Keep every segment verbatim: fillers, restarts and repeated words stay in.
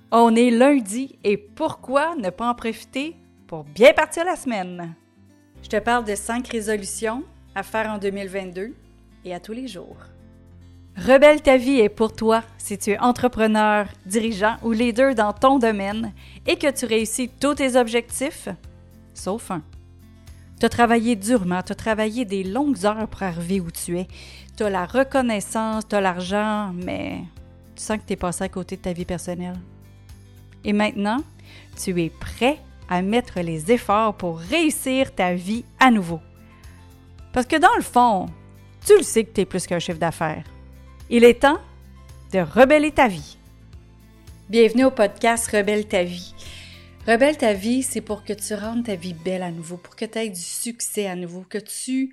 On est lundi et pourquoi ne pas en profiter pour bien partir la semaine? Je te parle de cinq résolutions à faire en deux mille vingt-deux et à tous les jours. Rebelle ta vie est pour toi si tu es entrepreneur, dirigeant ou leader dans ton domaine et que tu réussis tous tes objectifs, sauf un. Tu as travaillé durement, tu as travaillé des longues heures pour arriver où tu es. Tu as la reconnaissance, tu as l'argent, mais tu sens que tu es passé à côté de ta vie personnelle. Et maintenant, tu es prêt à mettre les efforts pour réussir ta vie à nouveau. Parce que dans le fond, tu le sais que tu es plus qu'un chiffre d'affaires. Il est temps de rebeller ta vie. Bienvenue au podcast Rebelle ta vie. Rebelle ta vie, c'est pour que tu rendes ta vie belle à nouveau, pour que tu aies du succès à nouveau, que tu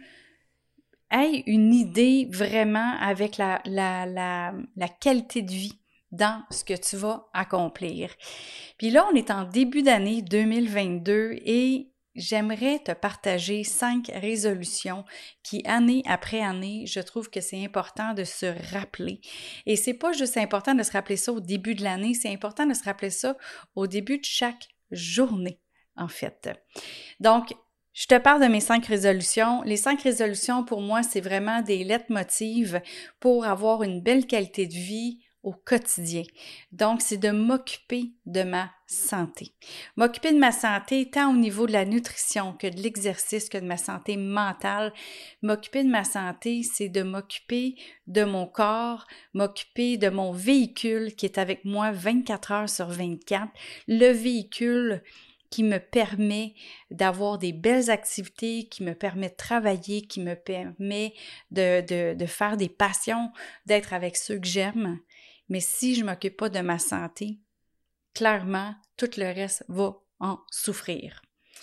aies une idée vraiment avec la, la, la, la qualité de vie dans ce que tu vas accomplir. Puis là, on est en début d'année deux mille vingt-deux et j'aimerais te partager cinq résolutions qui, année après année, je trouve que c'est important de se rappeler. Et c'est pas juste important de se rappeler ça au début de l'année, c'est important de se rappeler ça au début de chaque journée, en fait. Donc, je te parle de mes cinq résolutions. Les cinq résolutions, pour moi, c'est vraiment des leitmotivs pour avoir une belle qualité de vie au quotidien. Donc, c'est de m'occuper de ma santé. M'occuper de ma santé tant au niveau de la nutrition que de l'exercice, que de ma santé mentale. M'occuper de ma santé, c'est de m'occuper de mon corps, m'occuper de mon véhicule qui est avec moi vingt-quatre heures sur vingt-quatre. Le véhicule qui me permet d'avoir des belles activités, qui me permet de travailler, qui me permet de, de, de faire des passions, d'être avec ceux que j'aime. Mais si je ne m'occupe pas de ma santé, clairement, tout le reste va en souffrir.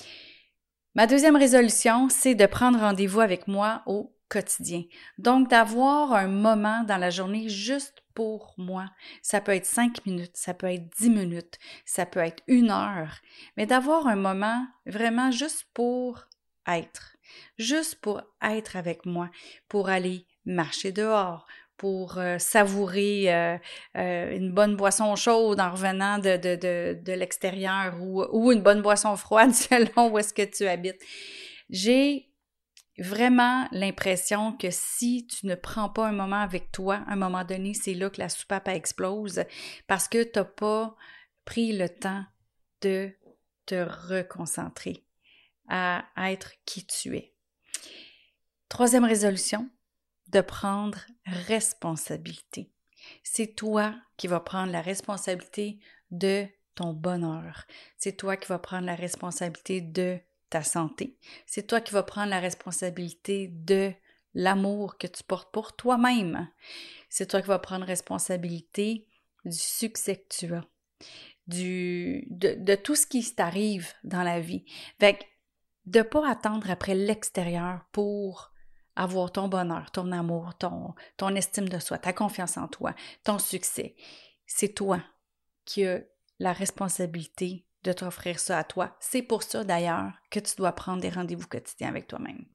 Ma deuxième résolution, c'est de prendre rendez-vous avec moi au quotidien. Donc, d'avoir un moment dans la journée juste pour moi. Ça peut être cinq minutes, ça peut être dix minutes, ça peut être une heure, mais d'avoir un moment vraiment juste pour être, juste pour être avec moi, pour aller marcher dehors, pour euh, savourer euh, euh, une bonne boisson chaude en revenant de, de, de, de l'extérieur ou, ou une bonne boisson froide selon où est-ce que tu habites. J'ai vraiment l'impression que si tu ne prends pas un moment avec toi, à un moment donné, c'est là que la soupape explose parce que tu n'as pas pris le temps de te reconcentrer à être qui tu es. Troisième résolution, de prendre responsabilité. C'est toi qui vas prendre la responsabilité de ton bonheur. C'est toi qui vas prendre la responsabilité de ta santé. C'est toi qui vas prendre la responsabilité de l'amour que tu portes pour toi-même. C'est toi qui vas prendre responsabilité du succès que tu as, du, de, de tout ce qui t'arrive dans la vie. Fait que de ne pas attendre après l'extérieur pour avoir ton bonheur, ton amour, ton, ton estime de soi, ta confiance en toi, ton succès. C'est toi qui as la responsabilité de t'offrir ça à toi. C'est pour ça d'ailleurs que tu dois prendre des rendez-vous quotidiens avec toi-même.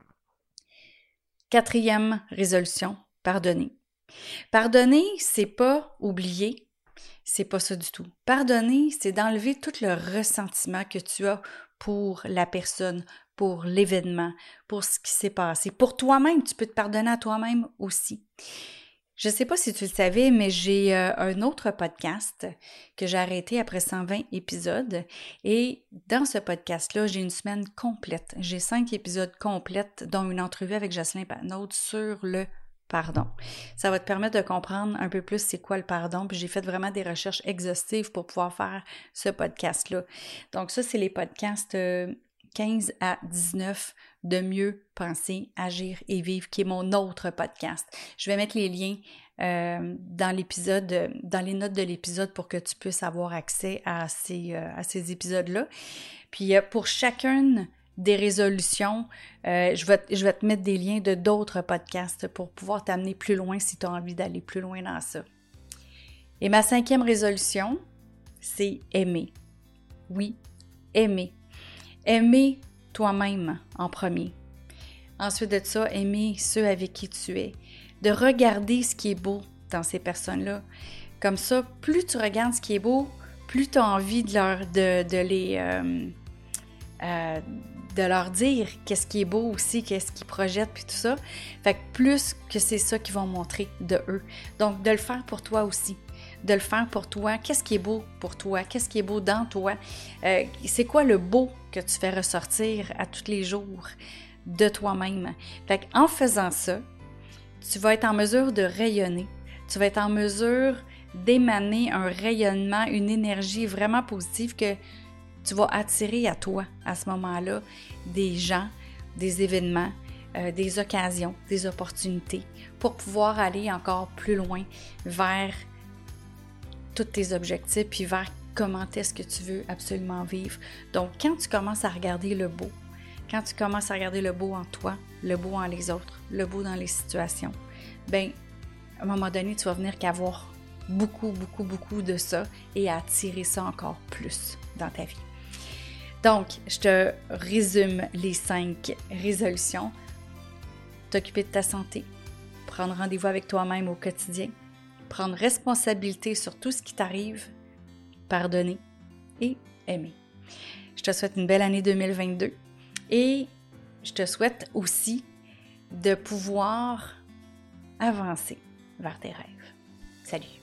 Quatrième résolution, pardonner. Pardonner, c'est pas oublier, c'est pas ça du tout. Pardonner, c'est d'enlever tout le ressentiment que tu as pour la personne, pour l'événement, pour ce qui s'est passé. Pour toi-même, tu peux te pardonner à toi-même aussi. Je ne sais pas si tu le savais, mais j'ai euh, un autre podcast que j'ai arrêté après cent vingt épisodes. Et dans ce podcast-là, j'ai une semaine complète. J'ai cinq épisodes complètes, dont une entrevue avec Jocelyn Patnaud sur le pardon. Ça va te permettre de comprendre un peu plus c'est quoi le pardon. Puis j'ai fait vraiment des recherches exhaustives pour pouvoir faire ce podcast-là. Donc ça, c'est les podcasts euh, quinze à dix-neuf de Mieux penser, agir et vivre, qui est mon autre podcast. Je vais mettre les liens euh, dans l'épisode, dans les notes de l'épisode pour que tu puisses avoir accès à ces, euh, à ces épisodes-là. Puis euh, pour chacune des résolutions, euh, je, vais, je vais te mettre des liens de d'autres podcasts pour pouvoir t'amener plus loin si tu as envie d'aller plus loin dans ça. Et ma cinquième résolution, c'est aimer. Oui, aimer. Aimer toi-même en premier. Ensuite de ça, aimer ceux avec qui tu es. De regarder ce qui est beau dans ces personnes-là. Comme ça, plus tu regardes ce qui est beau, plus tu as envie de leur, de, de les, euh, euh, de leur dire qu'est-ce qui est beau aussi, qu'est-ce qu'ils projettent, puis tout ça. Fait que plus que c'est ça qu'ils vont montrer de eux. Donc, de le faire pour toi aussi. De le faire pour toi. Qu'est-ce qui est beau pour toi? Qu'est-ce qui est beau dans toi? Euh, c'est quoi le beau que tu fais ressortir à tous les jours de toi-même? Fait qu'en faisant ça, tu vas être en mesure de rayonner. Tu vas être en mesure d'émaner un rayonnement, une énergie vraiment positive que tu vas attirer à toi, à ce moment-là, des gens, des événements, euh, des occasions, des opportunités pour pouvoir aller encore plus loin vers tous tes objectifs puis vers comment est-ce que tu veux absolument vivre. Donc, quand tu commences à regarder le beau, quand tu commences à regarder le beau en toi, le beau en les autres, le beau dans les situations, bien, à un moment donné, tu vas venir qu'avoir beaucoup, beaucoup, beaucoup de ça et à attirer ça encore plus dans ta vie. Donc, je te résume les cinq résolutions. T'occuper de ta santé, prendre rendez-vous avec toi-même au quotidien, prendre responsabilité sur tout ce qui t'arrive, pardonner et aimer. Je te souhaite une belle année deux mille vingt-deux et je te souhaite aussi de pouvoir avancer vers tes rêves. Salut!